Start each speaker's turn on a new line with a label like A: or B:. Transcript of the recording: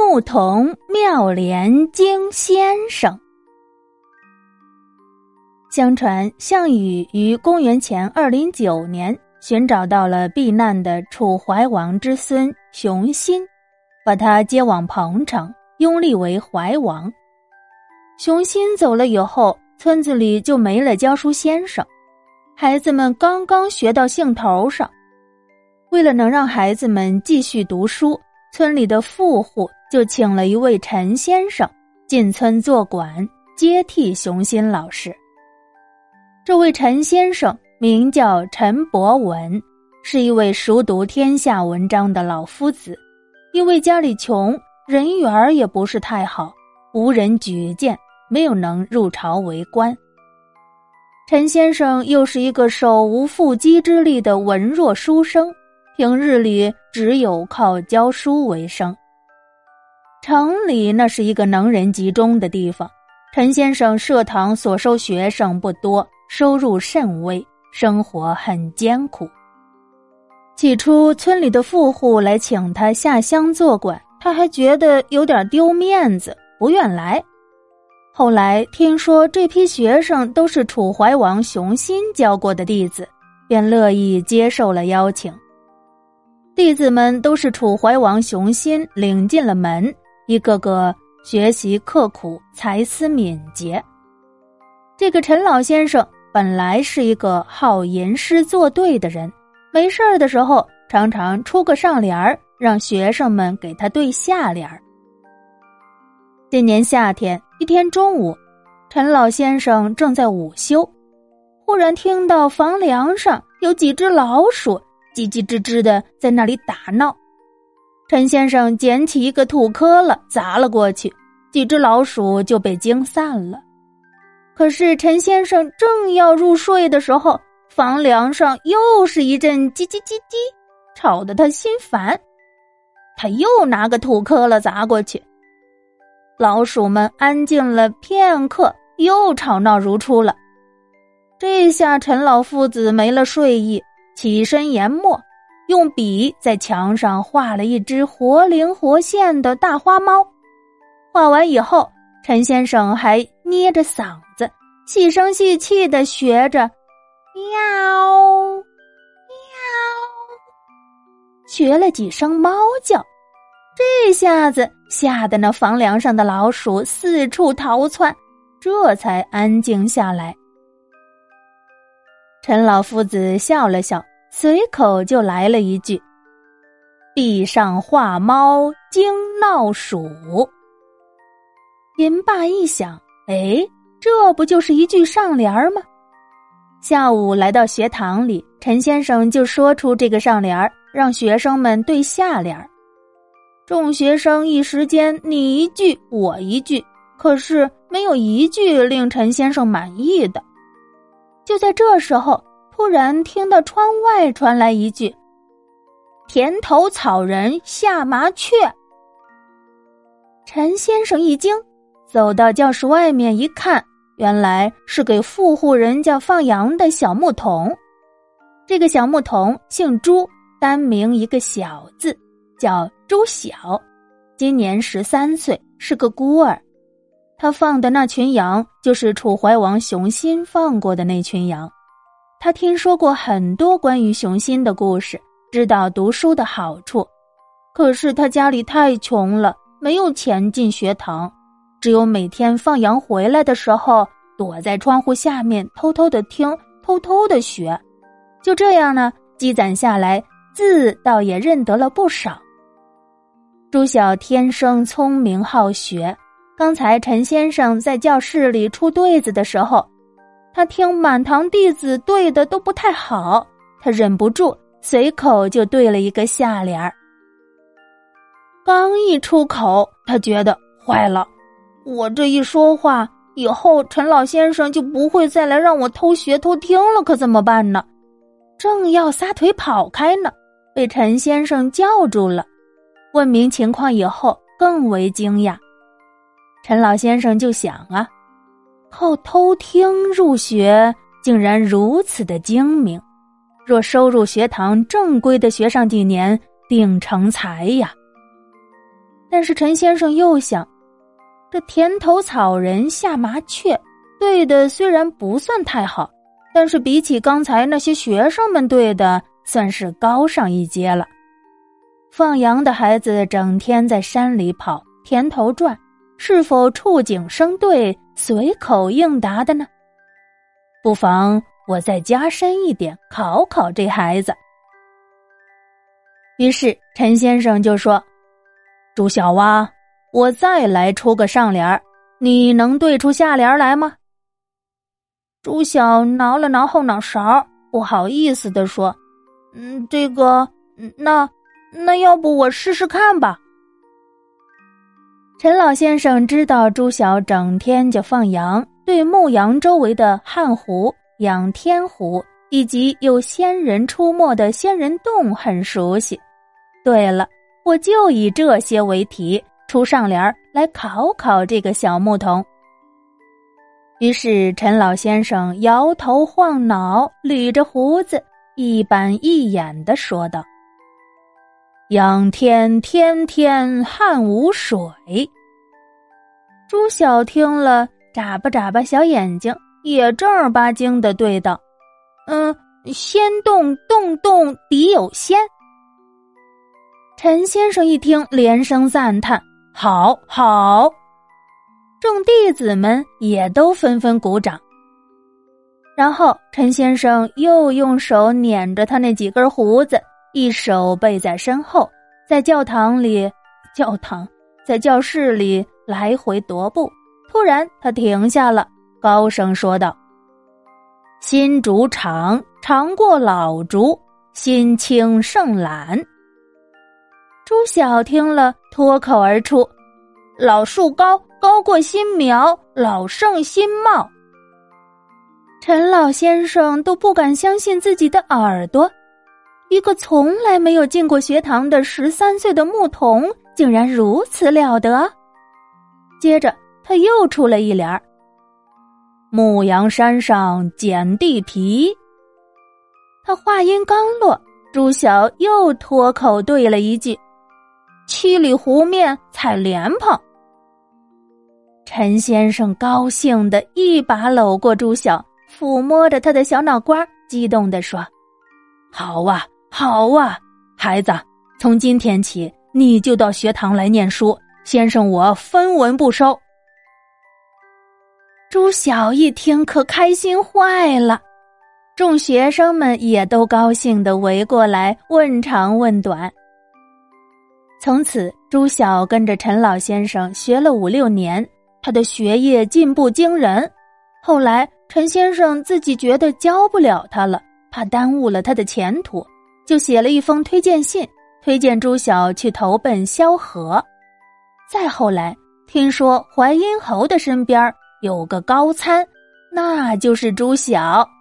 A: 牧童妙莲经先生。相传项羽于公元前209年寻找到了避难的楚怀王之孙熊心，把他接往彭城，拥立为怀王。熊心走了以后，村子里就没了教书先生，孩子们刚刚学到兴头上。为了能让孩子们继续读书，村里的富户就请了一位陈先生进村做管，接替熊心老师。这位陈先生名叫陈伯文，是一位熟读天下文章的老夫子，因为家里穷，人缘也不是太好，无人举荐，没有能入朝为官。陈先生又是一个手无缚鸡之力的文弱书生，平日里只有靠教书为生。城里那是一个能人集中的地方，陈先生设堂所收学生不多，收入甚微，生活很艰苦。起初村里的富户来请他下乡做管，他还觉得有点丢面子，不愿来。后来听说这批学生都是楚怀王熊心教过的弟子，便乐意接受了邀请。弟子们都是楚怀王熊心领进了门，一个个学习刻苦，才思敏捷。这个陈老先生本来是一个好吟诗作对的人，没事的时候常常出个上联，让学生们给他对下联。今年夏天一天中午，陈老先生正在午休，忽然听到房梁上有几只老鼠叽叽吱吱的在那里打闹。陈先生捡起一个土坷垃砸了过去，几只老鼠就被惊散了。可是陈先生正要入睡的时候，房梁上又是一阵叽叽叽叽，吵得他心烦。他又拿个土坷垃砸过去，老鼠们安静了片刻，又吵闹如初了。这下陈老夫子没了睡意，起身研墨，用笔在墙上画了一只活灵活现的大花猫。画完以后，陈先生还捏着嗓子细声细气地学着喵喵，学了几声猫叫。这下子吓得那房梁上的老鼠四处逃窜，这才安静下来。陈老夫子笑了笑，随口就来了一句：壁上画猫惊闹鼠。银霸一想，这不就是一句上联吗？下午来到学堂里，陈先生就说出这个上联，让学生们对下联。众学生一时间你一句我一句，可是没有一句令陈先生满意的。就在这时候，突然听到窗外传来一句：田头草人下麻雀。陈先生一惊，走到教室外面一看，原来是给富户人家放羊的小牧童。这个小牧童姓朱，单名一个小字，叫朱晓，今年13岁，是个孤儿。他放的那群羊就是楚怀王熊心放过的那群羊。他听说过很多关于熊心的故事，知道读书的好处。可是他家里太穷了，没有钱进学堂，只有每天放羊回来的时候，躲在窗户下面偷偷的听，偷偷的学。就这样呢，积攒下来，字倒也认得了不少。朱晓天生聪明好学，刚才陈先生在教室里出对子的时候，他听满堂弟子对的都不太好，他忍不住随口就对了一个下联。刚一出口，他觉得坏了，我这一说话，以后陈老先生就不会再来让我偷学偷听了，可怎么办呢？正要撒腿跑开呢，被陈先生叫住了。问明情况以后，更为惊讶。陈老先生就想啊，靠偷听入学竟然如此的精明，若收入学堂正规的学上几年，定成才呀。 但是陈先生又想，这田头草人下麻雀对的虽然不算太好，但是比起刚才那些学生们对的，算是高上一阶了。放羊的孩子整天在山里跑，田头转，是否触景生对，随口应答的呢？不妨我再加深一点，考考这孩子。于是陈先生就说，朱小蛙，我再来出个上联，你能对出下联来吗？朱小挠了挠后脑勺，不好意思地说，那要不我试试看吧。陈老先生知道朱小整天就放羊，对牧羊周围的旱湖、仰天湖以及有仙人出没的仙人洞很熟悉。对了，我就以这些为题出上联来考考这个小牧童。于是陈老先生摇头晃脑，捋着胡子，一板一眼地说道，仰天天天旱无水。朱小听了，眨巴眨巴小眼睛，也正儿八经地对道，仙洞洞洞底有仙。陈先生一听，连声赞叹，好好。众弟子们也都纷纷鼓掌。然后陈先生又用手捻着他那几根胡子，一手背在身后，在教室里来回踱步。突然他停下了，高声说道，新竹长，长过老竹，新青胜懒。朱小听了，脱口而出，老树高，高过新苗，老胜新茂。陈老先生都不敢相信自己的耳朵，一个从来没有进过学堂的13岁的牧童竟然如此了得。接着他又出了一联，牧羊山上捡地皮。他话音刚落，朱小又脱口对了一句，七里湖面采莲蓬。陈先生高兴地一把搂过朱小，抚摸着他的小脑瓜，激动地说，好啊好啊，孩子，从今天起你就到学堂来念书，先生我分文不收。朱小一听可开心坏了，众学生们也都高兴地围过来问长问短。从此朱小跟着陈老先生学了5、6年，他的学业进步惊人。后来陈先生自己觉得教不了他了，怕耽误了他的前途，就写了一封推荐信，推荐朱小去投奔萧何。再后来听说淮阴侯的身边有个高参，那就是朱小。